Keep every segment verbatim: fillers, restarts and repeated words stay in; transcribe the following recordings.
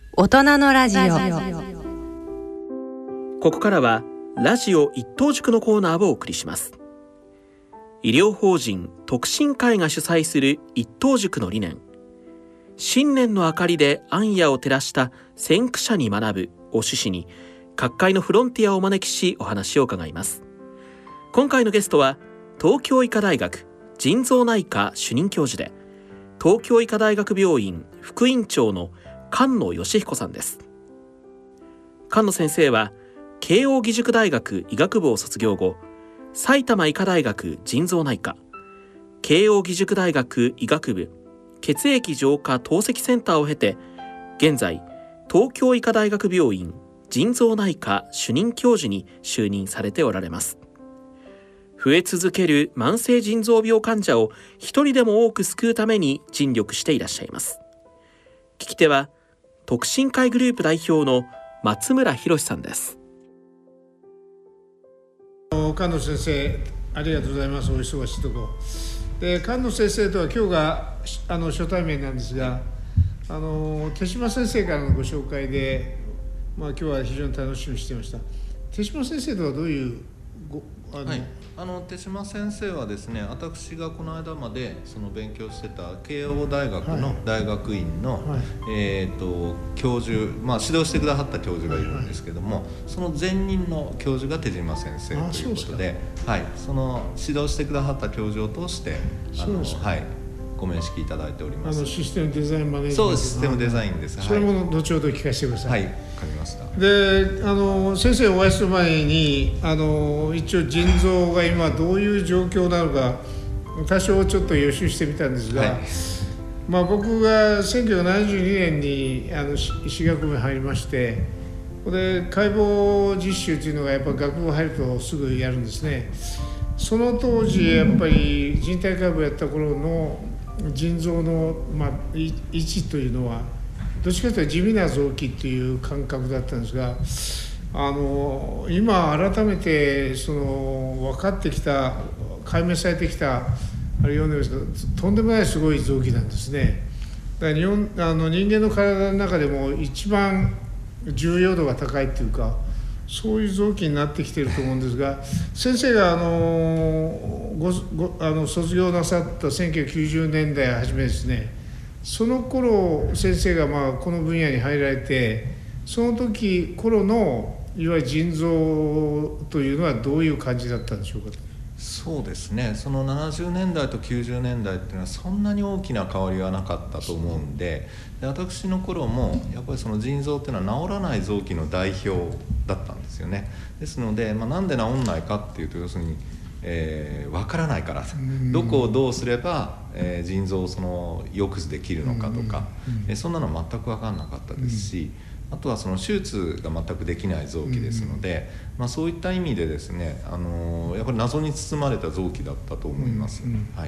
大人のラジオ。 ここからはラジオ一等塾のコーナーをお送りします。医療法人徳進会が主催する一等塾の理念、信念の明かりで暗夜を照らした先駆者に学ぶを趣旨に、各界のフロンティアをお招きしお話を伺います。今回のゲストは東京医科大学腎臓内科主任教授で東京医科大学病院副院長の菅野義彦さんです。菅野先生は慶應義塾大学医学部を卒業後、埼玉医科大学腎臓内科、慶應義塾大学医学部血液浄化透析センターを経て、現在東京医科大学病院腎臓内科主任教授に就任されておられます。増え続ける慢性腎臓病患者を一人でも多く救うために尽力していらっしゃいます。聞き手は徳進会グループ代表の松村博さんです。 菅野先生、ありがとうございます。お忙しいところで、菅野先生とは今日があの初対面なんですが、あの手島先生からのご紹介で、まあ、今日は非常に楽しみにしていました。手島先生とはどういうごあの、 はい、あの手島先生はですね、私がこの間までその勉強してた慶応大学の大学院の、はいえー、と教授、まあ、指導してくださった教授がいるんですけども、はい、その前任の教授が手島先生ということで、はい、その指導してくださった教授を通してあの、はい、ご面識いただいております。 あのシステムデザインマネージメント、 そうです、システムデザインです。 それも後ほど聞かせてください。 はい、わかりました。 で、あの先生お会いする前に、あの一応腎臓が今どういう状況なのか多少ちょっと予習してみたんですが、はい、まあ、僕がせんきゅうひゃくななじゅうにねんにあの医師学部に入りまして、これ解剖実習というのがやっぱ学部入るとすぐやるんですね。その当時やっぱり人体解剖やった頃の腎臓の、まあ、位置というのはどっちかというと地味な臓器という感覚だったんですが、あの今改めてその分かってきた、解明されてきたあれ読んでますけど、とんでもないすごい臓器なんですね。だから日本あの人間の体の中でも一番重要度が高いっていうか、そういう臓器になってきていると思うんですが、先生があのごごあの卒業なさったせんきゅうひゃくきゅうじゅうねんだい初めですね、その頃先生がまあこの分野に入られて、その時頃のいわゆる腎臓というのはどういう感じだったんでしょうか。 そうですね、そのななじゅうねんだいときゅうじゅうねんだいっていうのはそんなに大きな変わりはなかったと思うんで、で私の頃もやっぱりその腎臓っていうのは治らない臓器の代表だったんですよね。ですので、まあ、なんで治んないかっていうと、要するに、えー、分からないから、どこをどうすれば、えー、腎臓をその抑制できるのかとか、えー、そんなの全く分からなかったですし、あとはその手術が全くできない臓器ですので、まあ、そういった意味でですね、あのー、やっぱり謎に包まれた臓器だったと思います。はい。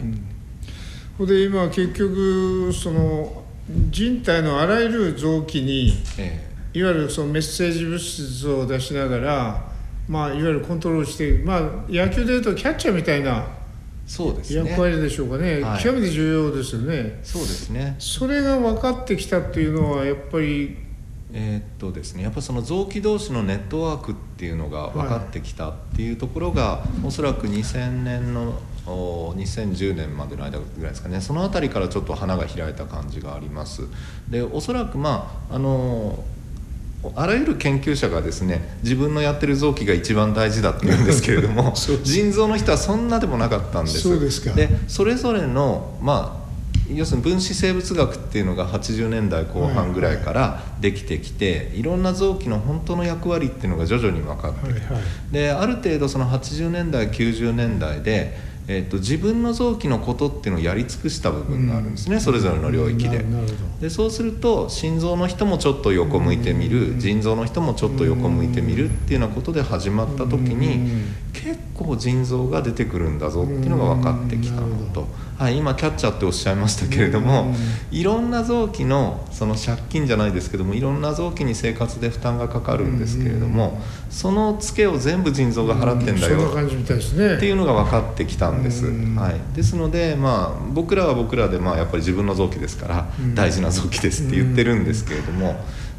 で今結局その人体のあらゆる臓器に、ええ、いわゆるそのメッセージ物質を出しながら、まあ、いわゆるコントロールしている、まあ、野球でいうとキャッチャーみたいなそうですね、 役割でしょうかね。はい、極めて重要ですよね。 そうですね。 それが分かってきたっていうのはやっぱりえーっとですね、やっぱりその臓器同士のネットワークっていうのが分かってきたっていうところが、はい、おそらくにせんねんのにせんじゅうねんまでの間ぐらいですかね、そのあたりからちょっと花が開いた感じがあります。で、おそらくまああのあらゆる研究者がですね、自分のやってる臓器が一番大事だって言うんですけれども腎臓の人はそんなでもなかったんです。 そうですか。 で、それぞれのまあ要するに分子生物学っていうのがはちじゅうねんだいこう半ぐらいからできてきて、はいはい、いろんな臓器の本当の役割っていうのが徐々に分かってきて、はいはい、である程度そのはちじゅうねんだいきゅうじゅうねんだいで、えー、と自分の臓器のことっていうのをやり尽くした部分があるんですね、うん、それぞれの領域で。でそうすると心臓の人もちょっと横向いてみる、腎臓の人もちょっと横向いてみるっていうようなことで始まった時に、結構腎臓が出てくるんだぞっていうのが分かってきたのと、はい、今キャッチャーっておっしゃいましたけれども、いろんな臓器のその借金じゃないですけども、いろんな臓器に生活で負担がかかるんですけれども、そのツケを全部腎臓が払ってんだよっていうのが分かってきたんです。はい、ですので、まあ、僕らは僕らで、まあ、やっぱり自分の臓器ですから大事な臓器ですって言ってるんですけれども、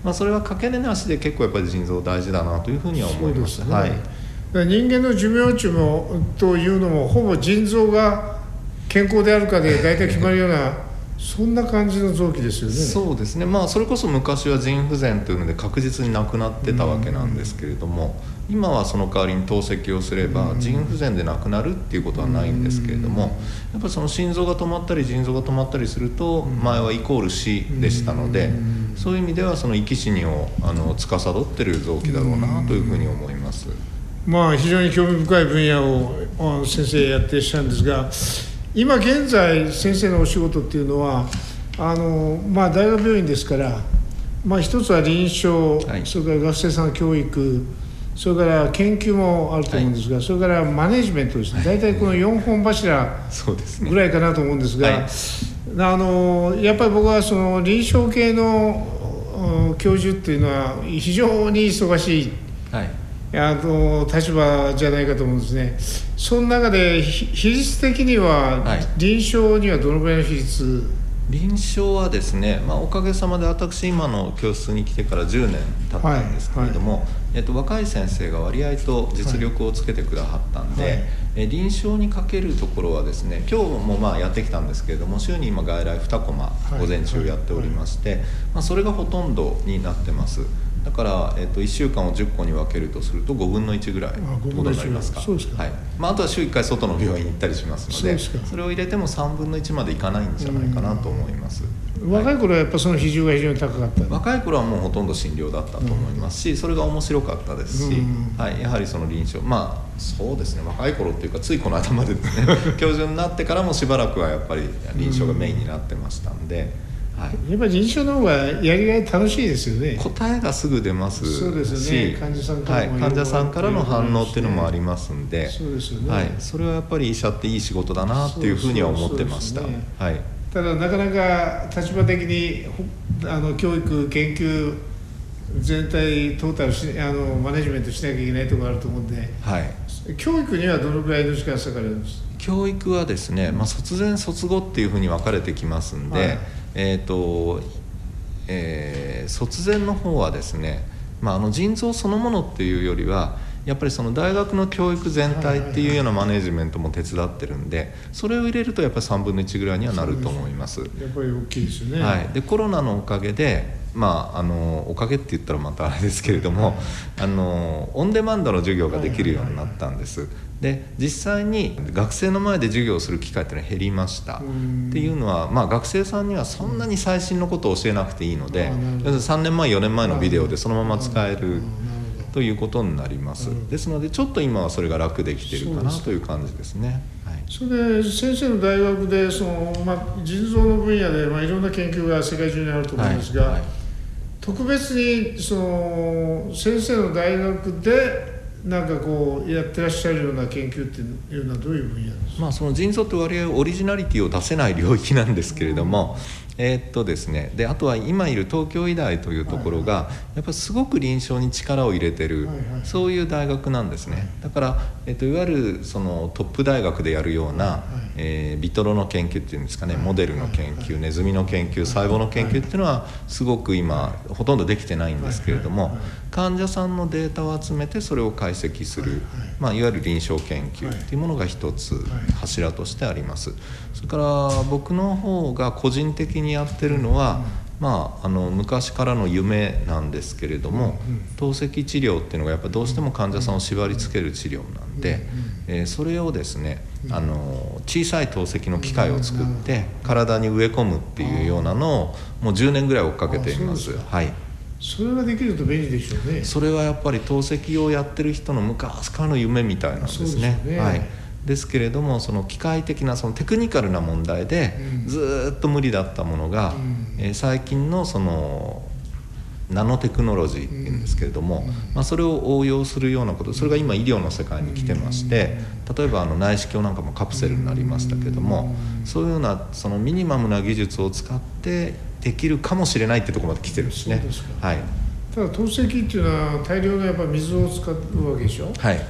まあ、それはかけねなしで結構やっぱり腎臓大事だなというふうには思います。 そうですね、 はい、 だから人間の寿命値もというのもほぼ腎臓が健康であるかで大体決まるようなそんな感じの臓器ですよね。 そうですね、まあ、それこそ昔は腎不全というので確実になくなってたわけなんですけれども、今はその代わりに透析をすれば腎不全でなくなるっていうことはないんですけれども、やっぱりその心臓が止まったり腎臓が止まったりすると前はイコール死でしたので、そういう意味ではその生き死にをあの司ってる臓器だろうなというふうに思います。 まあ非常に興味深い分野を先生やってらっしゃるんですが、今現在先生のお仕事っていうのはあの、まあ、大学病院ですから、まあ、一つは臨床、はい、それから学生さんの教育、それから研究もあると思うんですが、はい、それからマネジメントですね、大体このよんほん柱ぐらいかなと思うんですが、はい、あのやっぱり僕はその臨床系の教授っていうのは非常に忙しい、はい、あの立場じゃないかと思うんですね。その中で比率的には臨床にはどのぐらいの比率、はい、 臨床はですね、まあ、おかげさまで私今の教室に来てからじゅうねん経ったんですけれども、はいはい、えっと、若い先生が割合と実力をつけてくださったんで、はい、え臨床にかけるところはですね、今日もまあやってきたんですけれども、週に今外来にコマ午前中やっておりまして、はいはい、まあ、それがほとんどになってます。だから、えっと、いっしゅうかんをじゅっこに分けるとするとごぶんのいちぐらいということになりますか。 そうですか、 はい、まあ、あとは週いっかい外の病院に行ったりしますの で, そ, でそれを入れてもさんぶんのいちまでいかないんじゃないかなと思います。 若い頃はやっぱその比重が非常に高かった、 若い頃はもうほとんど診療だったと思いますし、それが面白かったですし、はい、やはりその臨床、まあそうですね、若い頃っていうかついこの間までですね教授になってからもしばらくはやっぱり臨床がメインになってましたんで、はい、 やっぱり臨床の方がやりがい楽しいですよね。 答えがすぐ出ますし、 そうですね、患者さんからも、 はい、患者さんからの反応っていうのもありますんで、 そうですよね、 はい、それはやっぱり医者っていい仕事だなっていうふうには思ってました。そうそうそうですね、はい、 ただなかなか立場的にあの教育研究全体トータルしあのマネジメントしなきゃいけないところがあると思うんで、はい、教育にはどのぐらいの時間割かれるんですか。 教育はですね、まあ、卒前卒後っていうふうに分かれてきますんで、はい、えーとえー、卒前の方はですね、まあ、あの腎臓そのものっていうよりはやっぱりその大学の教育全体っていうようなマネジメントも手伝ってるんで、それを入れるとやっぱりさんぶんのいちぐらいにはなると思います。 やっぱり大きいですよね、 はい、でコロナのおかげで、まあ、あのおかげって言ったらまたあれですけれども、はい、あのオンデマンドの授業ができるようになったんです。で実際に学生の前で授業をする機会っていうのは減りました。っていうのは、まあ、学生さんにはそんなに最新のことを教えなくていいので、さんねんまえよねんまえのビデオでそのまま使えるということになります。ですのでちょっと今はそれが楽できてるかなという感じですね。はい、 それで先生の大学でその、まあ、腎臓の分野で、まあ、いろんな研究が世界中にあると思うんですが、はいはい、特別にその先生の大学でなんかこうやってらっしゃるような研究っていうのはどういう分野ですか。 まあ、その腎臓って割合オリジナリティを出せない領域なんですけれども、えーっとですね、であとは今いる東京医大というところがやっぱりすごく臨床に力を入れてる、そういう大学なんですね。だから、えーっといわゆるそのトップ大学でやるような、えー、ビトロの研究っていうんですかね、モデルの研究、ネズミの研究、細胞の研究っていうのはすごく今ほとんどできてないんですけれども、患者さんのデータを集めてそれを解析する、まあ、いわゆる臨床研究っていうものが一つ柱としてあります。それから僕の方が個人的にやってるのは、まあ、あの昔からの夢なんですけれども、透析治療っていうのがやっぱどうしても患者さんを縛り付ける治療なんで、えー、それをですね、あの小さい透析の機械を作って体に植え込むっていうようなのをもうじゅうねんぐらい追っかけています。はい、 それができると便利でしょうね。 それはやっぱり透析をやってる人の昔からの夢みたいなんですね。そうですね、はい、ですけれどもその機械的なそのテクニカルな問題でずっと無理だったものが、うんえー、最近のそのナノテクノロジーっていうんですけれども、まあ、それを応用するようなこと、それが今医療の世界に来てまして、例えばあの内視鏡なんかもカプセルになりましたけれども、そういうようなそのミニマムな技術を使ってできるかもしれないってところまで来てるんですね。 そうですか。 はい、 ただ透析っていうのは大量のやっぱ水を使うわけでしょ。 はい、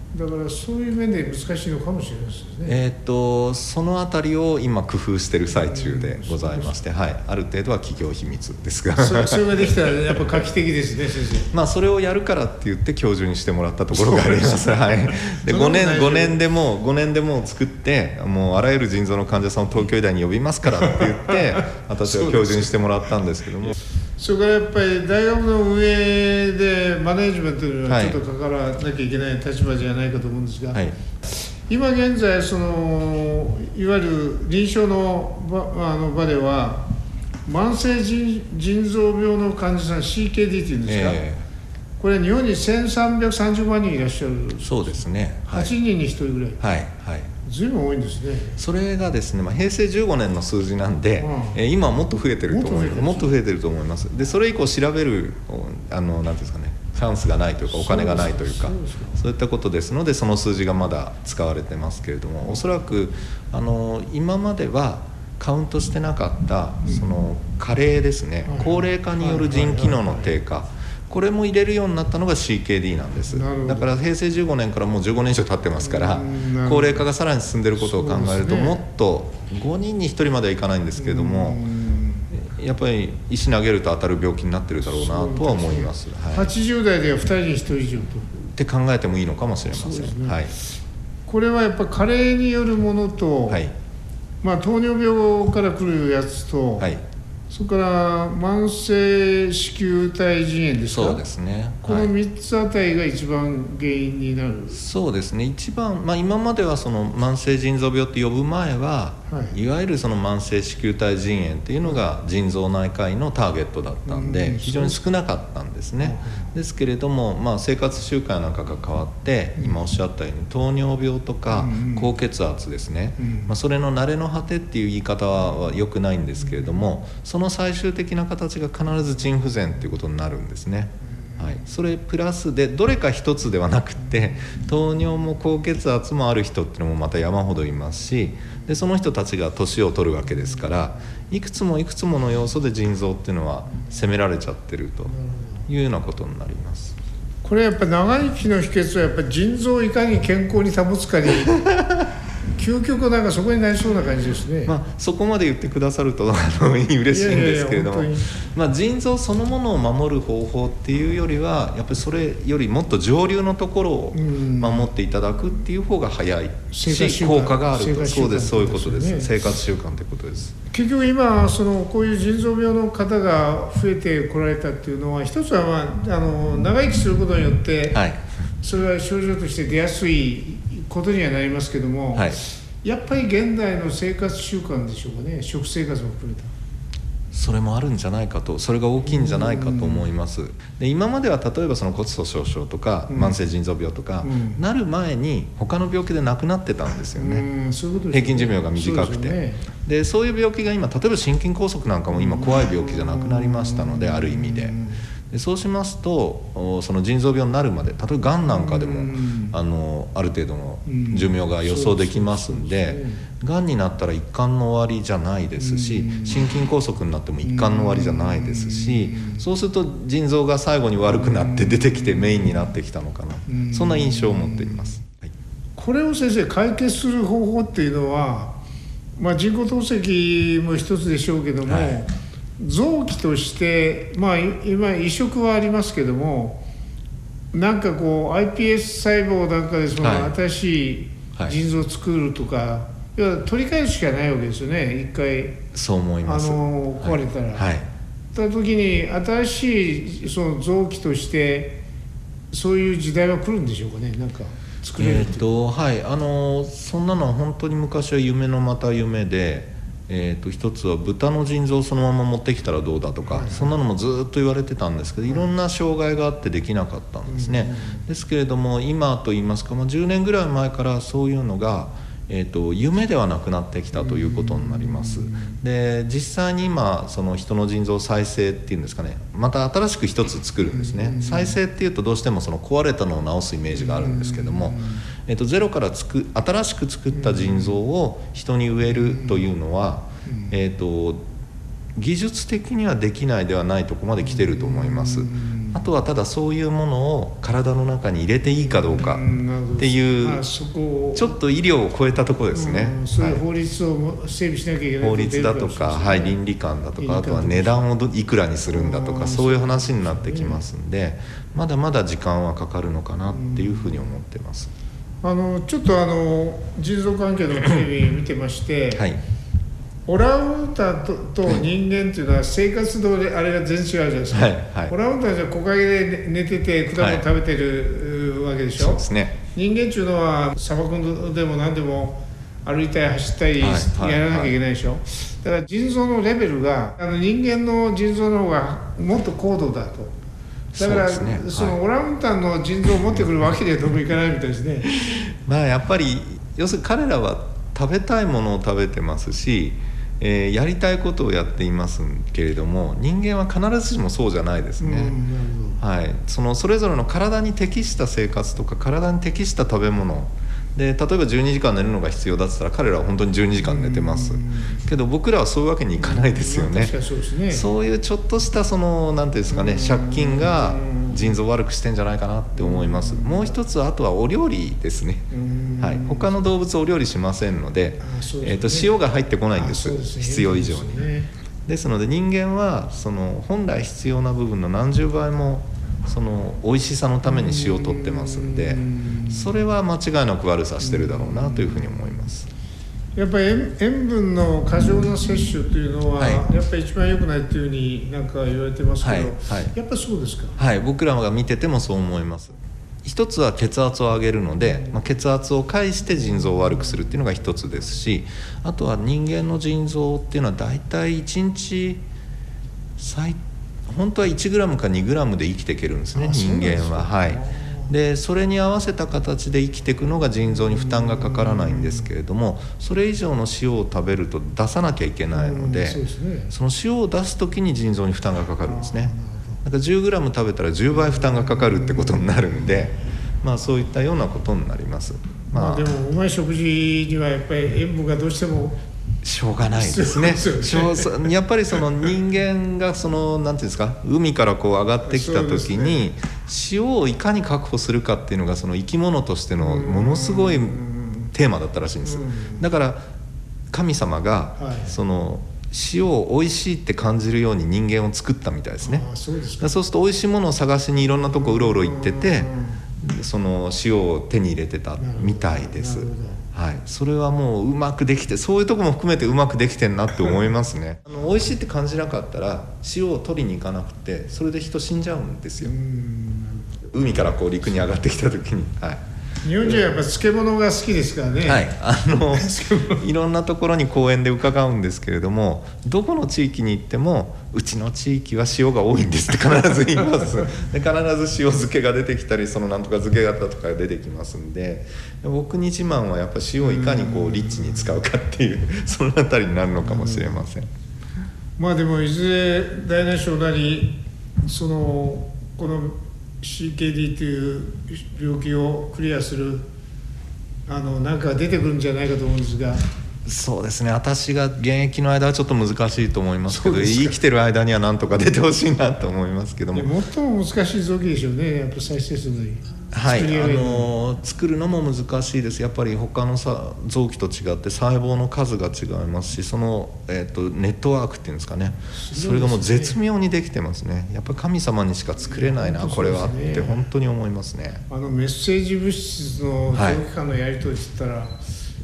だからそういう面で難しいのかもしれないですね。 えー、とそのあたりを今工夫している最中でございまして、はい、ある程度は企業秘密ですがそ, それができたらやっぱ画期的ですね先生。 まあそれをやるからって言って教授にしてもらったところがあります。はい、でごねんごねんでもうごねんでもう作ってもうあらゆる腎臓の患者さんを東京医大に呼びますからって言って私は教授にしてもらったんですけども、 それからやっぱり大学の運営でマネージメントにはちょっと関わらなきゃいけない立場じゃないかと思うんですが、はい、今現在そのいわゆる臨床の 場, あの場では慢性 腎, 腎臓病の患者さん シーケーディー っていうんですか、えー、これ日本にせんさんびゃくさんじゅうまんにんいらっしゃる。 そうですね、 はい、はちにんにひとりぐらい。 はいはい、 ずいぶん多いんですね。 それがですね、まあ、へいせいじゅうごねんの数字なんで、うんえー、今はもっと増えてると思います。もっと増えてると思います。でそれ以降調べるあのなんていうんですかね、チャンスがないというかお金がないというか、そうですか、そういったことですのでその数字がまだ使われてますけれども、おそらくあの今まではカウントしてなかったその加齢ですね、うん、高齢化による腎機能の低下、これも入れるようになったのが シーケーディー なんです。だからへいせいじゅうごねんからもうじゅうごねん以上経ってますから、高齢化がさらに進んでいることを考えると、もっとごにんにひとりまではいかないんですけれども、やっぱり石投げると当たる病気になってるだろうなとは思います。はい、 はちじゅうだいではふたりにひとり以上とって考えてもいいのかもしれません。ね、はい、 これはやっぱ加齢によるものと、はい、まあ、糖尿病から来るやつと、はい、それから慢性子宮体腎炎ですか。 そうですね、 このみっつあたりが一番原因になる。 そうですね、一番、まあ、今まではその慢性腎臓病って呼ぶ前は、はい、いわゆるその慢性子宮体腎炎っていうのが腎臓内科医のターゲットだったんで、非常に少なかったんですね。ですけれども、まあ、生活習慣なんかが変わって、今おっしゃったように糖尿病とか高血圧ですね、まあ、それの慣れの果てっていう言い方は良くないんですけれども、その最終的な形が必ず腎不全っていうことになるんですね。はい、それプラスでどれか一つではなくて、糖尿も高血圧もある人っていうのもまた山ほどいますし、でその人たちが年を取るわけですから、いくつもいくつもの要素で腎臓っていうのは責められちゃってるというようなことになります。 これやっぱ長生きの秘訣はやっぱ腎臓をいかに健康に保つかに究極なんかそこになりそうな感じですね。 まあ、そこまで言ってくださるとあの嬉しいんですけれども、まあ、腎臓そのものを守る方法っていうよりはやっぱりそれよりもっと上流のところを守っていただくっていう方が早いし効果があると。そうです、そういうことです。生活習慣ということです。 結局今そのこういう腎臓病の方が増えてこられたっていうのは、一つは、まあ、あの長生きすることによって、はい、それは症状として出やすいことにはなりますけども、はい、やっぱり現代の生活習慣でしょうかね。食生活も含めたそれもあるんじゃないかと、それが大きいんじゃないかと思います。で今までは例えばその骨粗しょう症とか、うん、慢性腎臓病とか、うん、なる前に他の病気で亡くなってたんですよね。うん、そういうことですね。平均寿命が短くて、そうですよね。でそういう病気が今例えば心筋梗塞なんかも今怖い病気じゃなくなりましたので、ある意味で。でそうしますとその腎臓病になるまで、例えばがんなんかでも、うん、あのある程度の寿命が予想できますんで、がんになったら一貫の終わりじゃないですし、うん、心筋梗塞になっても一貫の終わりじゃないですし、うん、そうすると腎臓が最後に悪くなって出てきてメインになってきたのかな、うん、そんな印象を持っています。はい、 これを先生解決する方法っていうのは、まあ、人工透析も一つでしょうけども、はい、臓器として、まあ、今移植はありますけども、なんかこう アイピーエス 細胞なんかでその新しい腎臓を作るとか、はいはい、要は取り替えるしかないわけですよね。一回そう思います。 あの壊れたら、はいはい、た時に新しいその臓器としてそういう時代は来るんでしょうかね。なんか作れるっていう、えーとはい、あのそんなのは本当に昔は夢のまた夢で、えー、と一つは豚の腎臓をそのまま持ってきたらどうだとか、はいはい、そんなのもずっと言われてたんですけど、いろんな障害があってできなかったんですね。うん、ですけれども今といいますか、まあ、じゅうねんぐらい前からそういうのが、えー、と夢ではなくなってきたということになります。で実際に今その人の腎臓再生っていうんですかね、また新しく一つ作るんですね。再生っていうとどうしてもその壊れたのを治すイメージがあるんですけども、えー、とゼロからつく新しく作った腎臓を人に植えるというのは、えー、と技術的にはできないではないところまで来てると思います。 あとはただそういうものを体の中に入れていいかどうかっていう、ちょっと医療を超えたところですね。 そういう法律を整備しなきゃいけない、 法律だとか、はい、倫理観だとか、あとは値段をいくらにするんだとか、そういう話になってきますんで、まだまだ時間はかかるのかなっていうふうに思ってます。 あのちょっとあの腎臓関係のテレビ見てまして、はい、オランウータン と, と人間っていうのは生活のあれが全然違うじゃないですか、はいはい、オランウータンじゃ木陰で寝てて果物食べてる、はい、わけでしょ。そうですね。人間っていうのは砂漠でも何でも歩いたり走ったりやらなきゃいけないでしょ、はいはいはい、だから腎臓のレベルがあの人間の腎臓の方がもっと高度だと。だから そ,、ね、そのオランウータンの腎臓を持ってくるわけではどうもいかないみたいですね。 まあやっぱり要するに彼らは食べたいものを食べてますし、えー、やりたいことをやっていますけれども、人間は必ずしもそうじゃないですね、はい、そのそれぞれの体に適した生活とか体に適した食べ物で、例えばじゅうにじかん寝るのが必要だって言ったら彼らは本当にじゅうにじかん寝てますけど、僕らはそういうわけにいかないですよね。 確かにそうですね。 そういうちょっとしたそのなんていうんですかね、借金が腎臓を悪くしてんじゃないかなって思います。もう一つはあとはお料理ですね、はい、他の動物お料理しませんので、ねえー、と塩が入ってこないんです、必要以上に。ですので人間はその本来必要な部分の何十倍もその美味しさのために塩を取ってますんで、それは間違いなく悪さしてるだろうなというふうに思います。 やっぱり 塩, 塩分の過剰な摂取というのは、はい、やっぱり一番良くないというふうになんか言われてますけど、はいはい、やっぱりそうですか。 はい、僕らが見ててもそう思います。一つは血圧を上げるので、まあ、血圧を介して腎臓を悪くするっていうのが一つですし、あとは人間の腎臓っていうのはだいたいいちにち最本当はいちグラムかにグラムで生きていけるんですね、人間は。はい。でそれに合わせた形で生きていくのが腎臓に負担がかからないんですけれども、それ以上の塩を食べると出さなきゃいけないので、そうですね、その塩を出す時に腎臓に負担がかかるんですね。だからじゅうグラム食べたらじゅうばい負担がかかるってことになるんで、まあそういったようなことになります。まあ、 まあ、でもうまい食事にはやっぱり塩分がどうしてもしょうがないですね。やっぱりその人間がそのなんていうんですか、海からこう上がってきた時に塩をいかに確保するかっていうのがその生き物としてのものすごいテーマだったらしいんです。だから神様がその塩を美味しいって感じるように人間を作ったみたいですね。そうですか。そうすると美味しいものを探しにいろんなとこうろうろ行ってて、その塩を手に入れてたみたいです。はい、それはもううまくできて、そういうとこも含めてうまくできてんなって思いますね。あの美味しいって感じなかったら塩を取りに行かなくて、それで人死んじゃうんですよ。海からこう陸に上がってきた時に、はい、 日本人はやっぱ漬物が好きですからね。 はい、あのいろんなところに公園で伺うんですけれども、どこの地域に行ってもうちの地域は塩が多いんですって必ず言いますで必ず塩漬けが出てきたり、そのなんとか漬け型とかが出てきますんで、僕に自慢はやっぱ塩をいかにこうリッチに使うかっていうそのあたりになるのかもしれません。 まあでもいずれ大なり小なりそのこのシーケーディー という病気をクリアするあのなんか出てくるんじゃないかと思うんですが。 そうですね、私が現役の間はちょっと難しいと思いますけど、生きてる間にはなんとか出てほしいなと思いますけども。 最も難しい臓器でしょうね、やっぱ再生するのに。 はい、あの作るのも難しいです。やっぱり他のさ臓器と違って細胞の数が違いますし、その、えー、とネットワークっていうんですかね、それがもう絶妙にできてますね。やっぱり神様にしか作れないな、これはって本当に思いますね。 あのメッセージ物質の臓器間のやり取りって言ったら、はい、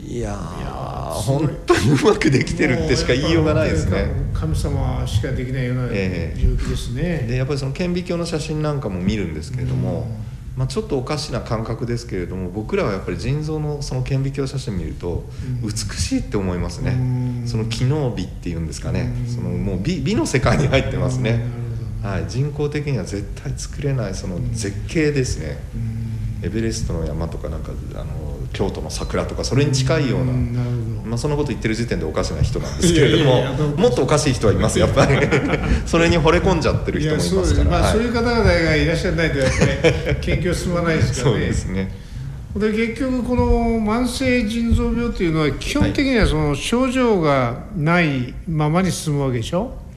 いやー本当にうまくできてるってしか言いようがないですね。 神様しかできないような病気ですね、 えー、でやっぱりその顕微鏡の写真なんかも見るんですけれども、まあ、ちょっとおかしな感覚ですけれども、僕らはやっぱり腎臓のその顕微鏡写真見ると美しいって思いますね。その機能美っていうんですかね、そのもう 美, 美の世界に入ってますね。はい、人工的には絶対作れないその絶景ですね。エベレストの山とかなんかあの京都の桜とかそれに近いような、まあ、そのこと言ってる時点でおかしな人なんですけれども、いやいやいやもっとおかしい人はいますやっぱりそれに惚れ込んじゃってる人もいますから。 まあ、はい、そういう方々がいらっしゃらないとやっぱり研究進まないですからね。 そうですね。 で結局この慢性腎臓病というのは基本的にはその症状がないままに進むわけでしょ。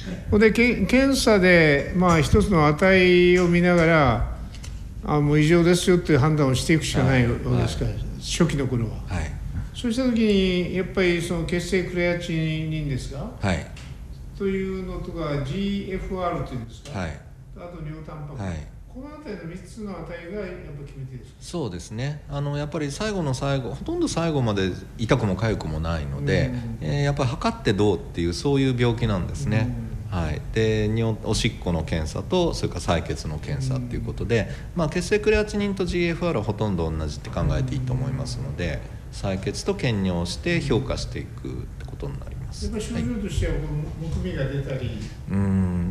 ほんでけ検査で、まあ、一つの値を見ながらあもう異常ですよっていう判断をしていくしかないようですから、はい、初期の頃は、はい、そうした時にやっぱりその血清クレアチニンですか、はい、というのとか ジーエフアール というんですか、はい、あと尿タンパク、はい、この辺りのみっつの値がやっぱ決め手ですか。 そうですね、あのやっぱり最後の最後ほとんど最後まで痛くも痒くもないので、うんえー、やっぱり測ってどうっていうそういう病気なんですね、うんはい、で尿おしっこの検査とそれから採血の検査っていうことで、うんまあ、血清クレアチニンと ジーエフアール はほとんど同じって考えていいと思いますので、採血と検尿して評価していくってことになります。 やっぱり症状としてはむくみが出たり、はい、 うん、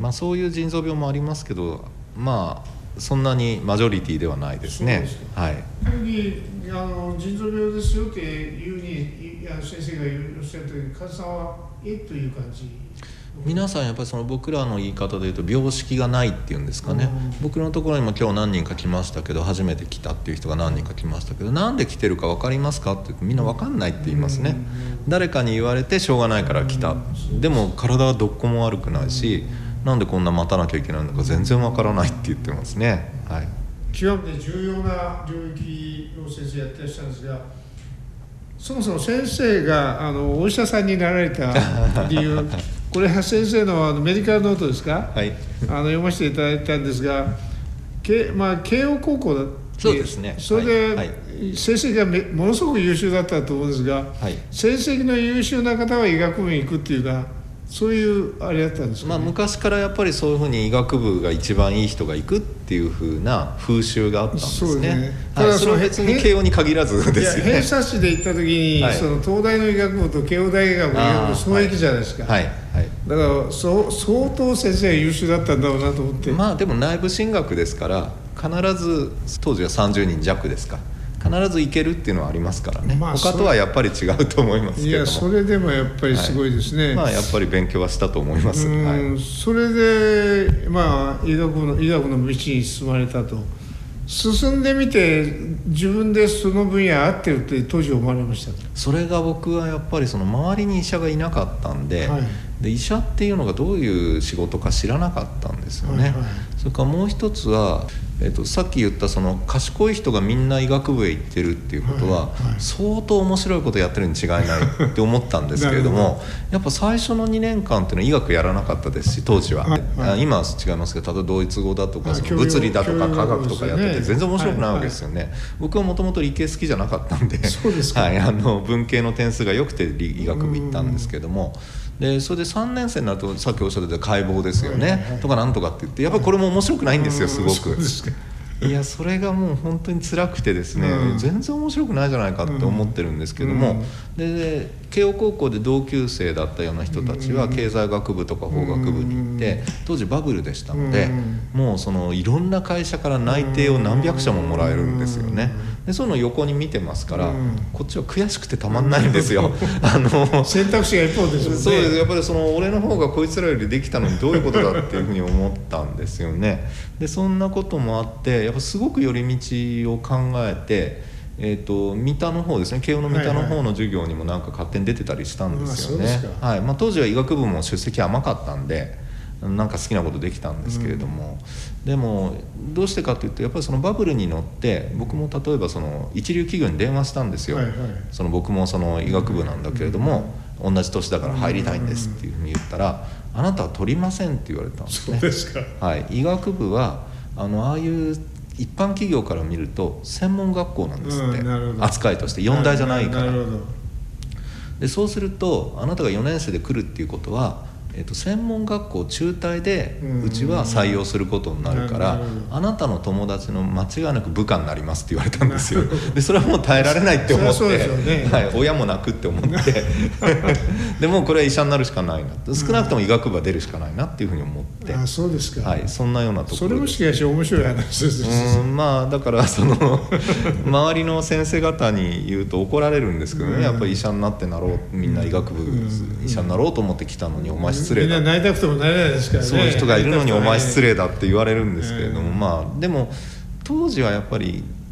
まあ、そういう腎臓病もありますけど、まあそんなにマジョリティではないですね。はい。 時々あの腎臓病ですよっていうに先生がおっしゃったように、患者さんはえという感じ。 皆さんやっぱりその僕らの言い方で言うと病識がないっていうんですかね、うん、僕のところにも今日何人か来ましたけど、初めて来たっていう人が何人か来ましたけど、なんで来てるか分かりますかって言うとみんな分かんないって言いますね、うん、誰かに言われてしょうがないから来た、うん、でも体はどっこも悪くないし、うん、なんでこんな待たなきゃいけないのか全然分からないって言ってますね、はい、 極めて重要な領域を先生やってらっしゃるんですが、そもそも先生があのお医者さんになられた理由これは先生 の, あのメディカルノートですか、はい、あの読ませていただいたんですが、け、まあ、慶応高校だそうですね、 それで、はい、成績がめものすごく優秀だったと思うんですが、はい、成績の優秀な方は医学部に行くっていうか、そういうあれだったんですか、ね、 まあ、昔からやっぱりそういうふうに医学部が一番いい人が行くっていうふうな風習があったんですね。そうですね、はい、それは別に慶応に限らずですよね。 偏差値で行った時に、はい、その東大の医学部と慶応大学の医学部双璧じゃないですか、はいはいはい、だからそ相当先生が優秀だったんだろうなと思って。 まあでも内部進学ですから必ず当時はさんじゅうにん弱ですか、必ず行けるっていうのはありますからね、まあ、他とはやっぱり違うと思いますけども、いやそれでもやっぱりすごいですね、はい、 まあやっぱり勉強はしたと思います、 うん、はい、それでまあ医学の医学の道に進まれたと。進んでみて自分でその分野合ってるって当時思われました。 それが僕はやっぱりその周りに医者がいなかったんで、はい、で医者っていうのがどういう仕事か知らなかったんですよね、はいはい、それからもう一つは、えーと、さっき言ったその賢い人がみんな医学部へ行ってるっていうことは、はいはい、相当面白いことやってるに違いないって思ったんですけれどもやっぱ最初のにねんかんっていうのは医学やらなかったですし当時は、はいはい、今は違いますけど、例えばドイツ語だとかその物理だとか科学とかやってて全然面白くないわけですよね、はいはい、僕はもともと理系好きじゃなかったんで、そうですか、はい、あの文系の点数が良くて医学部行ったんですけども、でそれでさんねん生になるとさっきおっしゃってた解剖ですよね、はいはいはい、とかなんとかって言ってやっぱりこれも面白くないんですよ、すごく。いやそれがもう本当に辛くてですね、うん、全然面白くないじゃないかって思ってるんですけども、うん、で, で慶応高校で同級生だったような人たちは経済学部とか法学部に行って当時バブルでしたので、うん、もうそのいろんな会社から内定を何百社ももらえるんですよね。でそういうのを横に見てますから、こっちは悔しくてたまんないんですよあの選択肢が一方ですよね。 そうです、やっぱりその俺の方がこいつらよりできたのにどういうことだっていうふうに思ったんですよね。でそんなこともあってやっぱすごく寄り道を考えて、えー、と三田の方ですね、慶応の三田の方の授業にもなんか勝手に出てたりしたんですよね、はいはい、まあ、当時は医学部も出席甘かったんでなんか好きなことできたんですけれども、うん、でもどうしてかというとやっぱりそのバブルに乗って僕も例えばその一流企業に電話したんですよ、はいはい、その僕もその医学部なんだけれども、うん、同じ年だから入りたいんですっていうふうに言ったら、うん、あなたは取りませんって言われたんですね。 そうですか、 はい、医学部はあのああいう一般企業から見ると専門学校なんですって、うん、扱いとしてよん大じゃないから。でそうするとあなたがよねん生で来るっていうことはえっと、専門学校中退でうちは採用することになるから、あなたの友達の間違いなく部下になりますって言われたんですよ。でそれはもう耐えられないって思って、ね、はい、親も泣くって思ってでもうこれは医者になるしかないな、少なくとも医学部は出るしかないなっていうふうに思って、 あ、そうですか、 はい、そんなようなところです。 それもしかして面白い話です。 うん、まあだからその周りの先生方に言うと怒られるんですけどね、やっぱり医者になってなろう、みんな医学部医者になろうと思って来たのにお前失礼だ、 みんななりたくてもなれないですからね。 そういう人がいるのにお前失礼だって言われるんですけれども、まあでも当時はやっぱり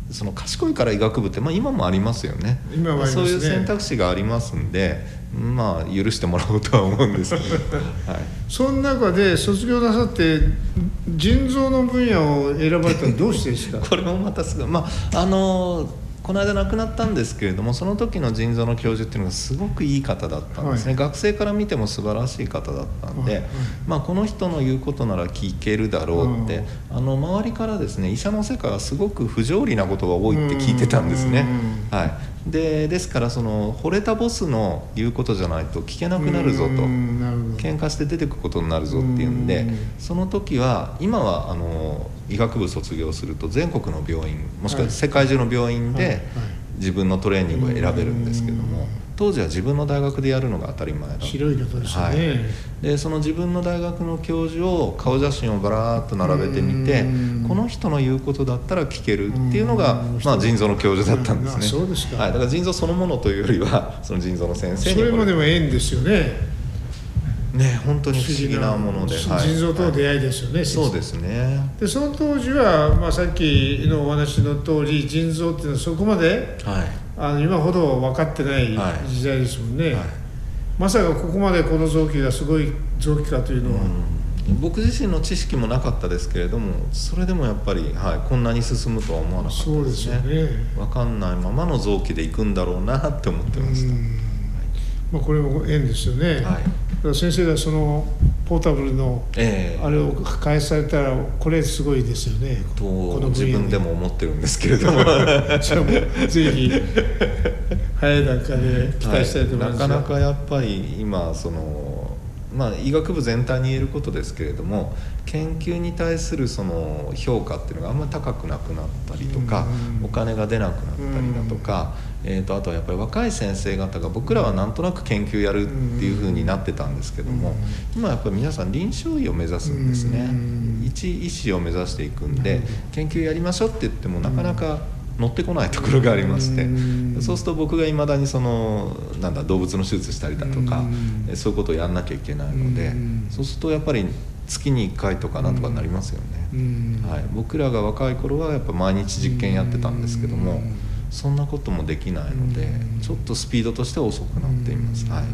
その賢いから医学部って、まあ、今もありますよね。 今もありますね。 そういう選択肢がありますんで、まあ許してもらおうとは思うんですけど、はい、 その中で卒業なさって腎臓の分野を選ばれたのはどうしてですか？ これもまたすごい、まああのこの間亡くなったんですけれども、その時の腎臓の教授っていうのがすごくいい方だったんですね、はい、学生から見ても素晴らしい方だったんで、はいはい、まあ、この人の言うことなら聞けるだろうって、あの周りからですね、医者の世界はすごく不条理なことが多いって聞いてたんですね。はい、でですからその惚れたボスの言うことじゃないと聞けなくなるぞと、喧嘩して出てくことになるぞっていうんで、その時は今はあの医学部卒業すると全国の病院もしくは世界中の病院で自分のトレーニングを選べるんですけども、当時は自分の大学でやるのが当たり前だった。 白い方ですよね。はい、 でその自分の大学の教授を顔写真をバラーっと並べてみて、この人の言うことだったら聞けるっていうのが、まあ、腎臓の教授だったんですね。 そうですか。 はい、だから腎臓そのものというよりはその腎臓の先生にそれまでも縁ですよね。 ね、本当に不思議なもので、 腎臓との出会いですよね。はい、 そうですね。 でその当時は、まあ、さっきのお話の通り腎臓っていうのはそこまで、はい、あの今ほど分かってない時代ですもんね。はいはい、まさかここまでこの臓器がすごい臓器かというのは、 うん、僕自身の知識もなかったですけれども、それでもやっぱり、はい、こんなに進むとは思わなかったですね。 そうですよね。 分かんないままの臓器でいくんだろうなって思ってました。うん、 まあ、これも縁ですよね。はい、だから先生がそのポータブルのあれを開発されたらこれすごいですよね。 とこの自分でも思ってるんですけれどもじゃあもうぜひ早い段階で期待したいと思います。 はい、なかなかやっぱり今そのまあ、医学部全体に言えることですけれども、研究に対するその評価っていうのがあんまり高くなくなったりとか、うん、お金が出なくなったりだとか、うん、えーと、あとはやっぱり若い先生方が僕らはなんとなく研究やるっていう風になってたんですけども、うん、今やっぱり皆さん臨床医を目指すんですね。うん、一医師を目指していくんで、うん、研究やりましょうって言ってもなかなか乗ってこないところがありまして、うん、そうすると僕がいまだにそのなんだ動物の手術したりだとか、うん、そういうことをやんなきゃいけないので、うん、そうするとやっぱり月にいっかいとかなんとかなりますよね。うん、はい、僕らが若い頃はやっぱ毎日実験やってたんですけども、そんなこともできないのでちょっとスピードとしては遅くなっています。はい、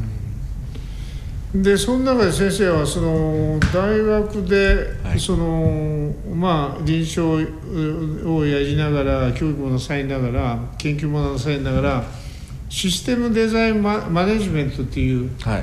でその中で先生はその大学で、はい、そのまあ臨床をやりながら教育もなさいながら研究もなさいながらシステムデザイン マ, マネジメントっていう、はい、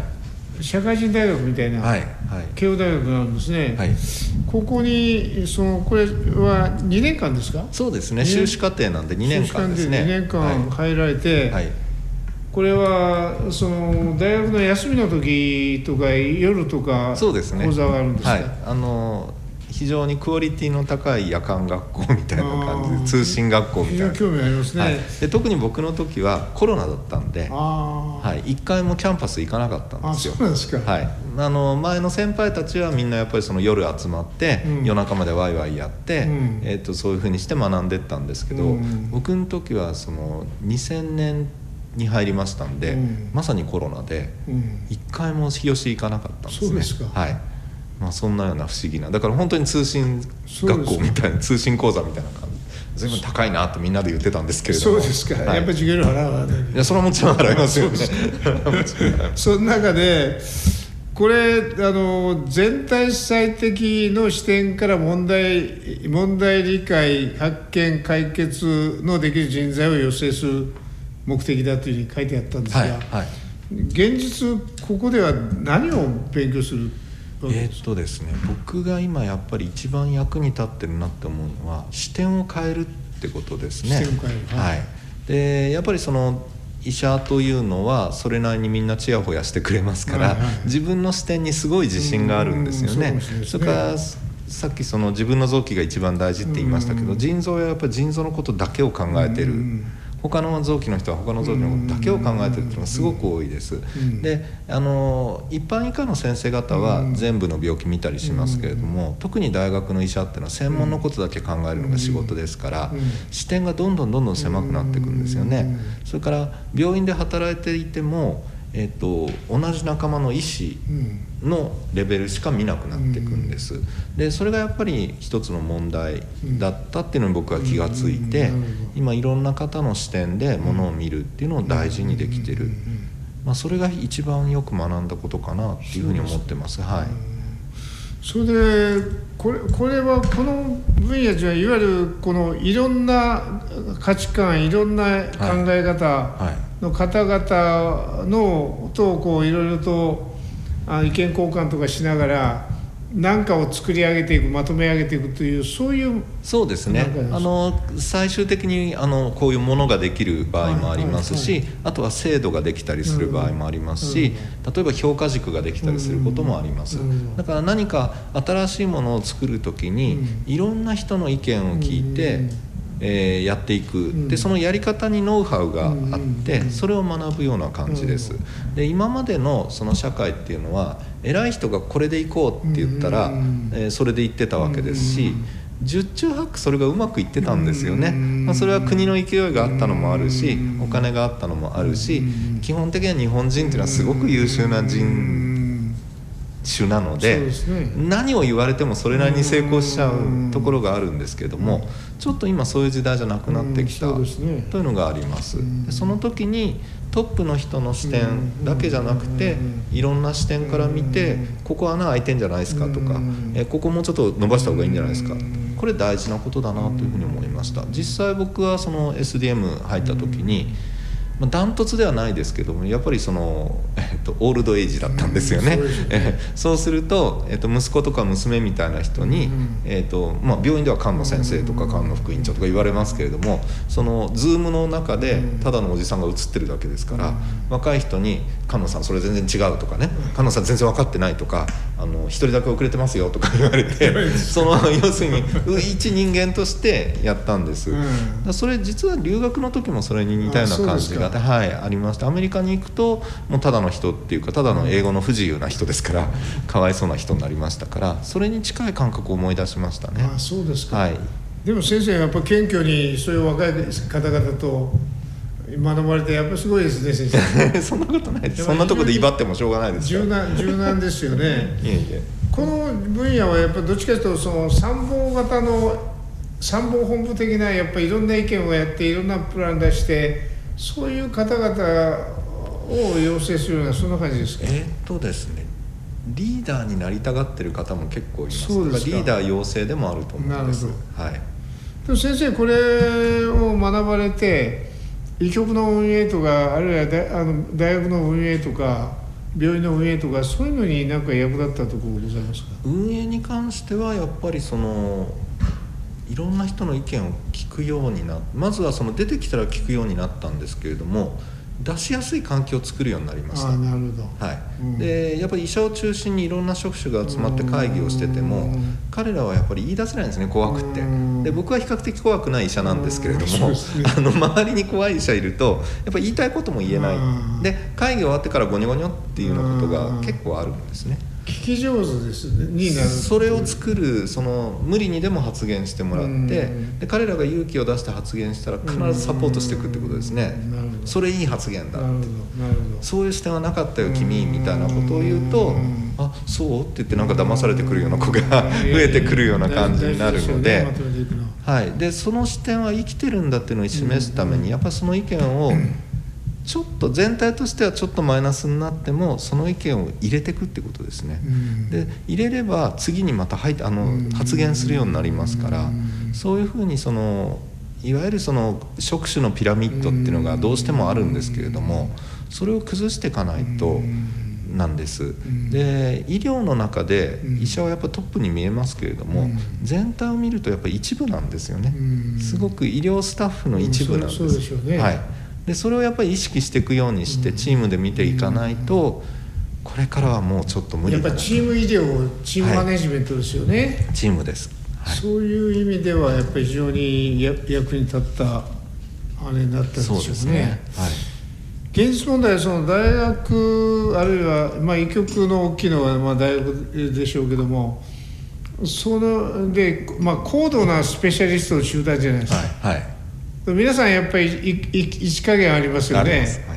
社会人大学みたいな、はいはい、慶応大学があるんですね。はい、ここにそのこれはにねんかんですか？ そうですね、修士課程なんでにねんかんですね。 にねんかん入られて、はいはい、これはその大学の休みの時とか夜とか講座があるんですか？ はい、あの非常にクオリティの高い夜間学校みたいな感じで通信学校みたいな。 非常に興味ありますね。はい、 で特に僕の時はコロナだったんで、はい、いっかいもキャンパス行かなかったんですよ。 あ、そうなんですか。 はい、あの前の先輩たちはみんなやっぱりその夜集まって、うん、夜中までワイワイやって、うん、えー、とそういうふうにして学んでったんですけど、うん、僕の時はそのにせんねんに入りましたんで、うん、まさにコロナでいっかいも日吉行かなかったんですね。 そうですか。 はい、まあ、そんなような不思議な、だから本当に通信学校みたいな、通信講座みたいな感じ、随分高いなとみんなで言ってたんですけれども。 そうですか、はい、やっぱり授業料払うわね。 いや、それはもちろん払いますよね。 その中でこれあの全体主体的の視点から問題問題理解発見解決のできる人材を養成する目的だというふうに書いてあったんですが、はいはい、現実ここでは何を勉強する？ えーっとですね、僕が今やっぱり一番役に立ってるなって思うのは視点を変えるってことですね。 視点を変える、 はい、でやっぱりその医者というのはそれなりにみんなちやほやしてくれますから、はいはい、自分の視点にすごい自信があるんですよね。それからさっきその自分の臓器が一番大事って言いましたけど、腎臓はやっぱり腎臓のことだけを考えてる、他の臓器の人は他の臓器のことだけを考えてるっていうのがすごく多いです。で、あの一般医科の先生方は全部の病気見たりしますけれども、特に大学の医者っていうのは専門のことだけ考えるのが仕事ですから、視点がどんどんどんどん狭くなっていくんですよね。それから病院で働いていても、えーと、同じ仲間の医師のレベルしか見なくなっていくんです。でそれがやっぱり一つの問題だったっていうのに僕は気がついて、今いろんな方の視点でものを見るっていうのを大事にできてる、まあ、それが一番よく学んだことかなっていうふうに思ってます。はい。 それでこれ、これはこの分野じゃいわゆるこのいろんな価値観、いろんな考え方の方々のとこういろいろとあ意見交換とかしながら何かを作り上げていく、まとめ上げていくという、そういうそうですね、あの最終的にあのこういうものができる場合もありますし、はいはいはい、あとは制度ができたりする場合もありますし、うん、例えば評価軸ができたりすることもあります、うん、だから何か新しいものを作るときに、うん、いろんな人の意見を聞いて、うんえー、やっていく、うん、でそのやり方にノウハウがあって、うん、それを学ぶような感じです、うん、で今までのその社会っていうのは偉い人がこれでいこうって言ったら、うんえー、それで言ってたわけですし、十中八九それがうまくいってたんですよね、まあ、それは国の勢いがあったのもあるし、お金があったのもあるし、基本的には日本人っていうのはすごく優秀な人種なので、ね、何を言われてもそれなりに成功しちゃうところがあるんですけども、ちょっと今そういう時代じゃなくなってきたというのがあります。でその時にトップの人の視点だけじゃなくて、いろんな視点から見て、ここ穴開いてんじゃないですかとか、えここもうちょっと伸ばした方がいいんじゃないですか、これ大事なことだなというふうに思いました。実際僕はその エスディーエム 入った時に、まあ、ダントツではないですけども、やっぱりその、えっと、オールドエイジだったんですよね、うん そうですねそうすると、えっと、息子とか娘みたいな人に、うんえっとまあ、病院では菅野先生とか菅野副院長とか言われますけれども、その Zoom の中でただのおじさんが映ってるだけですから、うん、若い人に菅野さんそれ全然違うとかね、菅野さん全然分かってないとか、あの一人だけ遅れてますよとか言われてその要するに一人間としてやったんです、うん、だそれ実は留学の時もそれに似たような感じがはい、ありました。アメリカに行くともうただの人っていうか、ただの英語の不自由な人ですから、かわいそうな人になりましたから、それに近い感覚を思い出しましたね。 ああそうですか、 はい、 でも先生やっぱ謙虚にそういう若い方々と学ばれてやっぱりすごいですね、先生そんなことないです。そんなところで威張ってもしょうがないです柔軟柔軟ですよねいえいえ、この分野はやっぱりどっちかというとその参謀型の参謀本部的な、やっぱりいろんな意見をやっていろんなプラン出して、そういう方々を養成するような、そんな感じですか。 えー、っとですねリーダーになりたがってる方も結構います。 そうですか。 リーダー養成でもあると思うんです。はい、 でも先生これを学ばれて、医局の運営とか、あるいはだあの大学の運営とか病院の運営とか、そういうのに何か役立ったところございますか。 運営に関してはやっぱりそのいろんな人の意見を聞くようにな、まずはその出てきたら聞くようになったんですけれども、出しやすい環境を作るようになりました。 あ、なるほど、 はい、うん、でやっぱり医者を中心にいろんな職種が集まって会議をしてても、彼らはやっぱり言い出せないんですね、怖くて。で僕は比較的怖くない医者なんですけれども、ね、あの周りに怖い医者いるとやっぱり言いたいことも言えない。で会議終わってからゴニョゴニョっていうようなことが結構あるんですね。 聞き上手ですねになる。 それを作る、その無理にでも発言してもらって、で彼らが勇気を出して発言したら必ずサポートしていくってことですね。それいい発言だって、そういう視点はなかったよ君みたいなことを言うと、あそうって言ってなんか騙されてくるような子が増えてくるような感じになるので、はい、でその視点は生きてるんだっていうのを示すために、やっぱりその意見をちょっと全体としてはちょっとマイナスになってもその意見を入れていくってことですね。で入れれば次にまた入ってあの発言するようになりますから、そういうふうにそのいわゆるその職種のピラミッドっていうのがどうしてもあるんですけれども、それを崩していかないとなんです。で医療の中で医者はやっぱトップに見えますけれども、全体を見るとやっぱり一部なんですよね。すごく医療スタッフの一部なんです。 そうでしょうね。 はい、でそれをやっぱり意識していくようにしてチームで見ていかないと、これからはもうちょっと無理だな。 やっぱりチーム医療、チームマネジメントですよね。 はい、チームです、はい、 そういう意味ではやっぱり非常に役に立ったあれになったんでしょうね。そうですね、はい、現実問題はその大学あるいは、まあ、医局の大きいのはまあ大学でしょうけども、そので、まあ、高度なスペシャリストの集団じゃないですか。はいはい、皆さんやっぱり一加減ありますよね。はいはい、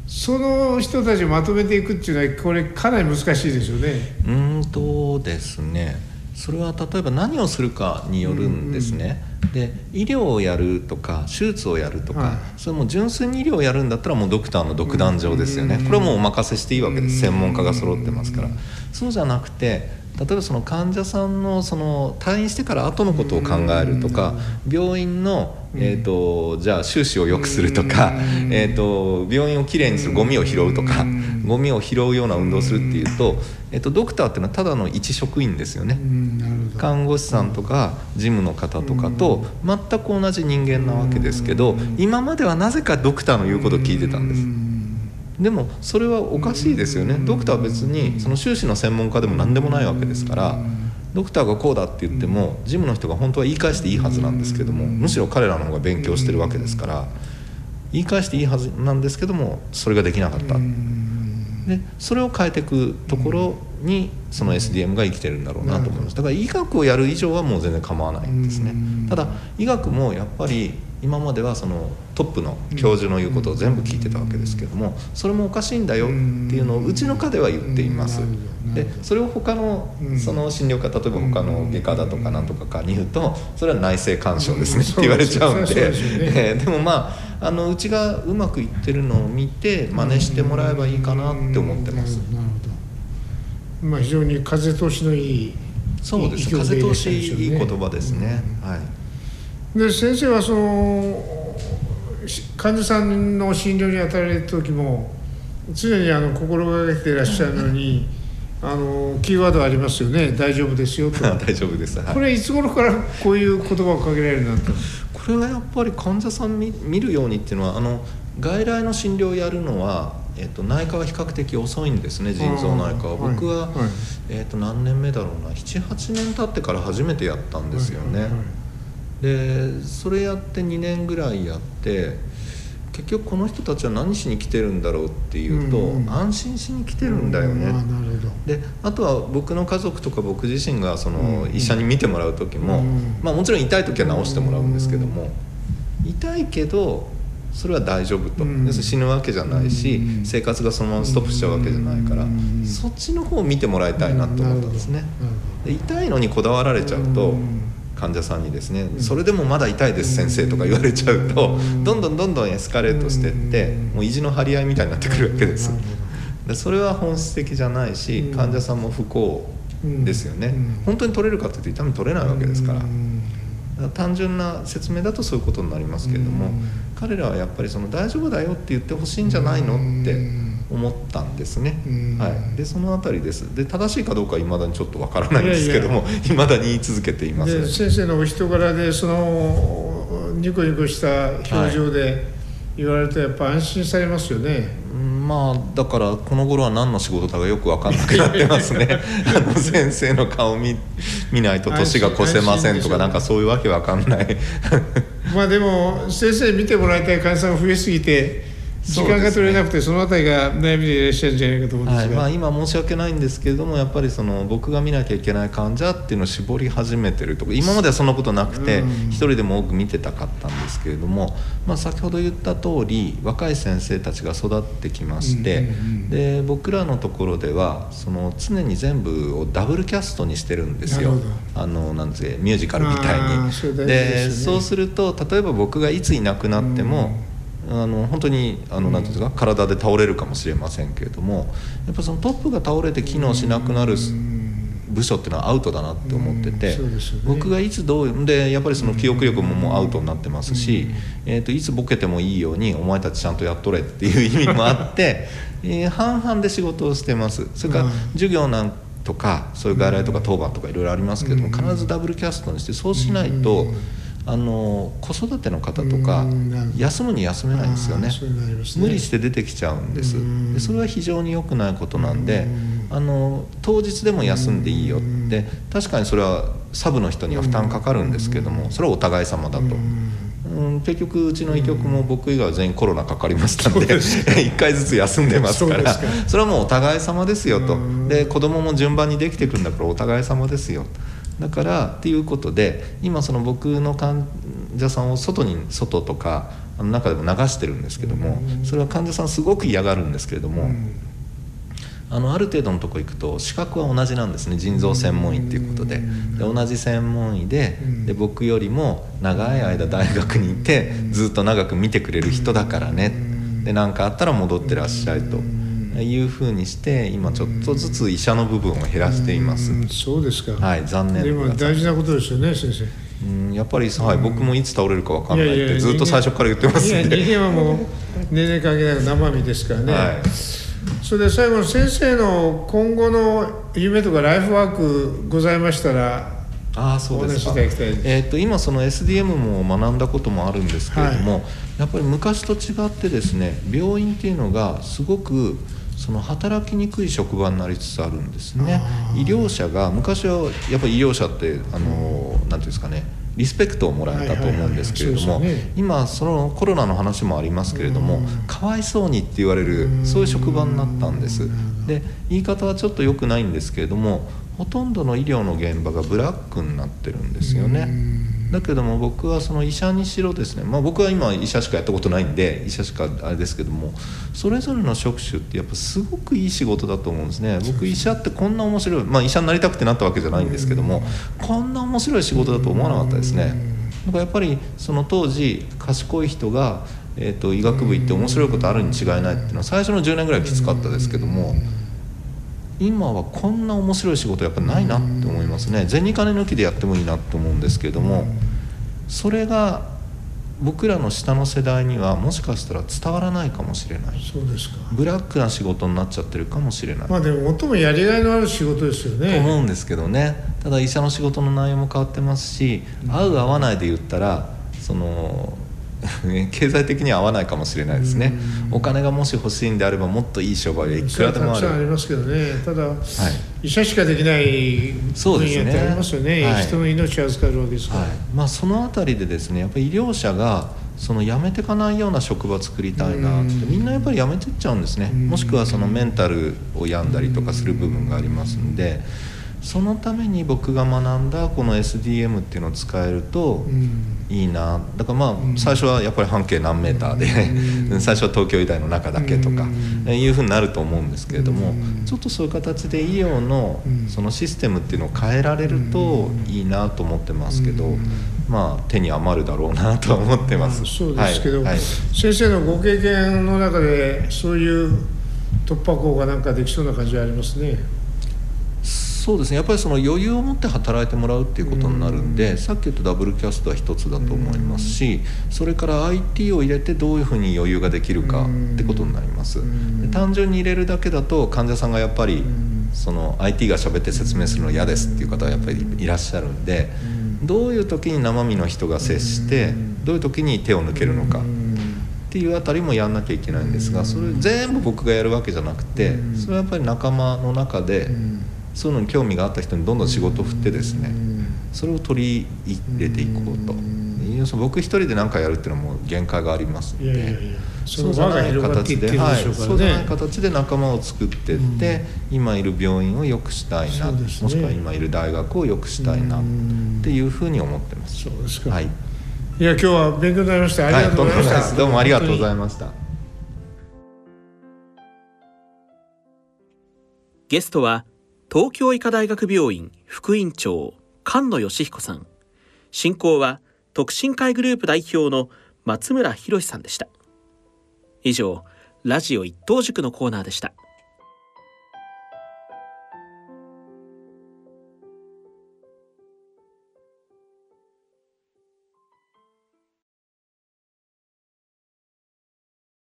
その人たちをまとめていくっていうのはこれかなり難しいですよね。 うーんとですねそれは例えば何をするかによるんですね、うんうん、で医療をやるとか手術をやるとか、はい、それも純粋に医療をやるんだったらもうドクターの独壇場ですよね、うんうん、これはもうお任せしていいわけです。専門家が揃ってますから。そうじゃなくて例えばその患者さんのその退院してから後のことを考えるとか、病院の、えーと、じゃあ収支を良くするとか、えーと、病院をきれいにする、ゴミを拾うとか、ゴミを拾うような運動をするっていうと、えーと、ドクターっていうのはただの一職員ですよね。看護師さんとか事務の方とかと全く同じ人間なわけですけど、今まではなぜかドクターの言うことを聞いてたんです。でもそれはおかしいですよね。ドクターは別にその修士の専門家でも何でもないわけですから、ドクターがこうだって言っても事務の人が本当は言い返していいはずなんですけども、むしろ彼らの方が勉強してるわけですから言い返していいはずなんですけども、それができなかった。でそれを変えていくところにその エスディーエム が生きてるんだろうなと思います。だから医学をやる以上はもう全然構わないんですね。ただ医学もやっぱり今まではそのトップの教授の言うことを全部聞いてたわけですけども、それもおかしいんだよっていうのをうちの科では言っています。でそれを他のその診療科、例えば他の外科だとかなんとかかに言うと、それは内政干渉ですねって言われちゃうんで、えでもまああのうちがうまくいってるのを見て真似してもらえばいいかなって思ってます。 なるほど。まあ非常に風通しのいい、 そうです。風通しいい言葉ですね。はい。 で先生はその患者さんの診療に当たられる時も常にあの心がけていらっしゃるのにあのキーワードありますよね。大丈夫ですよと大丈夫です、はい、 これいつ頃からこういう言葉をかけられるようになったの？ これはやっぱり患者さん 見, 見るようにっていうのは、あの外来の診療をやるのは、えー、と内科は比較的遅いんですね。腎臓内科は僕は、はいはい、えー、と何年目だろうな、ななはちねん経ってから初めてやったんですよね、はいはいはい。でそれやってにねんぐらいやって、結局この人たちは何しに来てるんだろうっていうと、うんうん、安心しに来てるんだよね、うん、あ、なるほど。であとは僕の家族とか僕自身がその、うん、医者に見てもらう時も、うん、まあ、もちろん痛い時は治してもらうんですけども、うん、痛いけどそれは大丈夫と、うん、要するに死ぬわけじゃないし、うん、生活がそのままストップしちゃうわけじゃないから、うん、そっちの方を見てもらいたいなと思ったんですね、うん、で痛いのにこだわられちゃうと、うん、患者さんにですね、それでもまだ痛いです先生とか言われちゃうと、どんどんどんどんエスカレートしていって、もう意地の張り合いみたいになってくるわけです。でそれは本質的じゃないし、患者さんも不幸ですよね。本当に取れるかって言って痛み取れないわけですから。だから単純な説明だとそういうことになりますけれども、彼らはやっぱりその大丈夫だよって言ってほしいんじゃないのって思ったんですね、はい、でそのあたりです。で正しいかどうかはいまだにちょっとわからないんですけども、いまだに言い続けています。 で先生のお人柄でそのニコニコした表情で言われるとやっぱ安心されますよね、はい、 まあだからこの頃は何の仕事だかよく分かんなくなってますねあの先生の顔 見, 見ないと年が越せませんとか、なんかそういうわけ分かんないまあでも先生見てもらいたい患者さんが増えすぎて時間が取れなくて、そのあたりが悩みでいらっしゃるんじゃないかと思うんですが、 はい、まあ、今申し訳ないんですけれども、やっぱりその僕が見なきゃいけない患者っていうのを絞り始めてるとか、今まではそんなことなくて一人でも多く見てたかったんですけれども、まあ、先ほど言った通り若い先生たちが育ってきまして、で僕らのところではその常に全部をダブルキャストにしてるんですよ。あのなんていうミュージカルみたいに。そうですね。でそうすると例えば僕がいついなくなっても、あの本当にあのなんていうんですか、体で倒れるかもしれませんけれども、やっぱそのトップが倒れて機能しなくなる部署っていうのはアウトだなって思ってて、僕がいつどうでやっぱりその記憶力ももうアウトになってますし、えーといつボケてもいいようにお前たちちゃんとやっとれっていう意味もあってえ半々で仕事をしてます。それから授業なんとかそういう外来とか当番とかいろいろありますけども、必ずダブルキャストにして、そうしないとあの子育ての方とか休むに休めないんですよね。無理して出てきちゃうんです。でそれは非常に良くないことなんで、あの当日でも休んでいいよって、確かにそれはサブの人には負担かかるんですけども、それはお互い様だと。うん、結局うちの医局も僕以外は全員コロナかかりましたんでいっかいずつ休んでますから、それはもうお互い様ですよと。で子供も順番にできてくるんだからお互い様ですよ。だからっていうことで、今その僕の患者さんを外に外とかあの中でも流してるんですけども、それは患者さんすごく嫌がるんですけれども、あのある程度のとこ行くと資格は同じなんですね。腎臓専門医っていうことで、で同じ専門医で、で僕よりも長い間大学にいてずっと長く見てくれる人だからね、で何かあったら戻ってらっしゃいというふうにして、今ちょっとずつ医者の部分を減らしています。 そうですか。 はい、残念でも大事なことですよね、先生。 うん、やっぱり、はい、僕もいつ倒れるか分かんないってずっと最初から言ってますんで。 いやいや人間はもう年齢関係なく生身ですからね、はい、それで最後の先生の今後の夢とかライフワークございましたらあそうですか。えー、と今その エスディーエム も学んだこともあるんですけれども、はい、やっぱり昔と違ってですね、病院っていうのがすごくその働きにくい職場になりつつあるんですね。医療者が昔はやっぱり医療者ってあの何ていうんですかね、リスペクトをもらえたと思うんですけれども、今そのコロナの話もありますけれども、かわいそうにって言われるそういう職場になったんです。で言い方はちょっと良くないんですけれども、ほとんどの医療の現場がブラックになってるんですよね。だけども僕はその医者にしろですね、まあ、僕は今医者しかやったことないんで医者しかあれですけども、それぞれの職種ってやっぱすごくいい仕事だと思うんですね。僕医者ってこんな面白い、まあ医者になりたくてなったわけじゃないんですけども、こんな面白い仕事だと思わなかったですね。だからやっぱりその当時賢い人が、えーと、医学部行って面白いことあるに違いないっていうのは最初のじゅうねんぐらいきつかったですけども、今はこんな面白い仕事やっぱないなって思いますね。銭金抜きでやってもいいなと思うんですけれども、それが僕らの下の世代にはもしかしたら伝わらないかもしれない。 そうですか。 ブラックな仕事になっちゃってるかもしれない。 まあでも最もやりがいのある仕事ですよねと思うんですけどね。ただ医者の仕事の内容も変わってますし、合う合わないで言ったらその経済的には合わないかもしれないですね。お金がもし欲しいんであればもっといい商売はいくらでもある。 たくさんありますけどね。ただ、はい、医者しかできない分野ってありますよね。はい、人の命を預かるわけですから、はい、まあ、 そのあたりでですね、やっぱり医療者がその辞めていかないような職場作りたいなって、みんなやっぱり辞めてっちゃうんですね。もしくはそのメンタルを病んだりとかする部分がありますんで、そのために僕が学んだこの エスディーエム っていうのを使えるといいな。だからまあ最初はやっぱり半径何メーターで最初は東京医大の中だけとかいうふうになると思うんですけれども、ちょっとそういう形で医療のそのシステムっていうのを変えられるといいなと思ってますけど、まあ手に余るだろうなとは思ってます。 そうですけど、はいはい、先生のご経験の中でそういう突破口がなんかできそうな感じはありますね。 そうですね、やっぱりその余裕を持って働いてもらうっていうことになるんで、さっき言ったダブルキャストは一つだと思いますし、それから アイティー を入れてどういうふうに余裕ができるかってことになります。で単純に入れるだけだと患者さんがやっぱりその アイティー が喋って説明するの嫌ですっていう方はやっぱりいらっしゃるんで、どういう時に生身の人が接してどういう時に手を抜けるのかっていうあたりもやんなきゃいけないんですが、それ全部僕がやるわけじゃなくて、それはやっぱり仲間の中でそういうのに興味があった人にどんどん仕事を振ってですね、それを取り入れていこうと。僕一人で何かやるっていうのも限界がありますので、いやいやいや、そうじゃない形で、はい、そうじゃない形で仲間を作っていって、うん、今いる病院を良くしたいな、ね、もしくは今いる大学を良くしたいなっていうふうに思ってます。 そうですか。 はい。 いや今日は勉強になりました。ありがとうございました。はい、 どうもありがとうございました。 ゲストは東京医科大学病院副院長菅野義彦さん、進行は特進会グループ代表の松村博さんでした。以上、ラジオ一等塾のコーナーでした。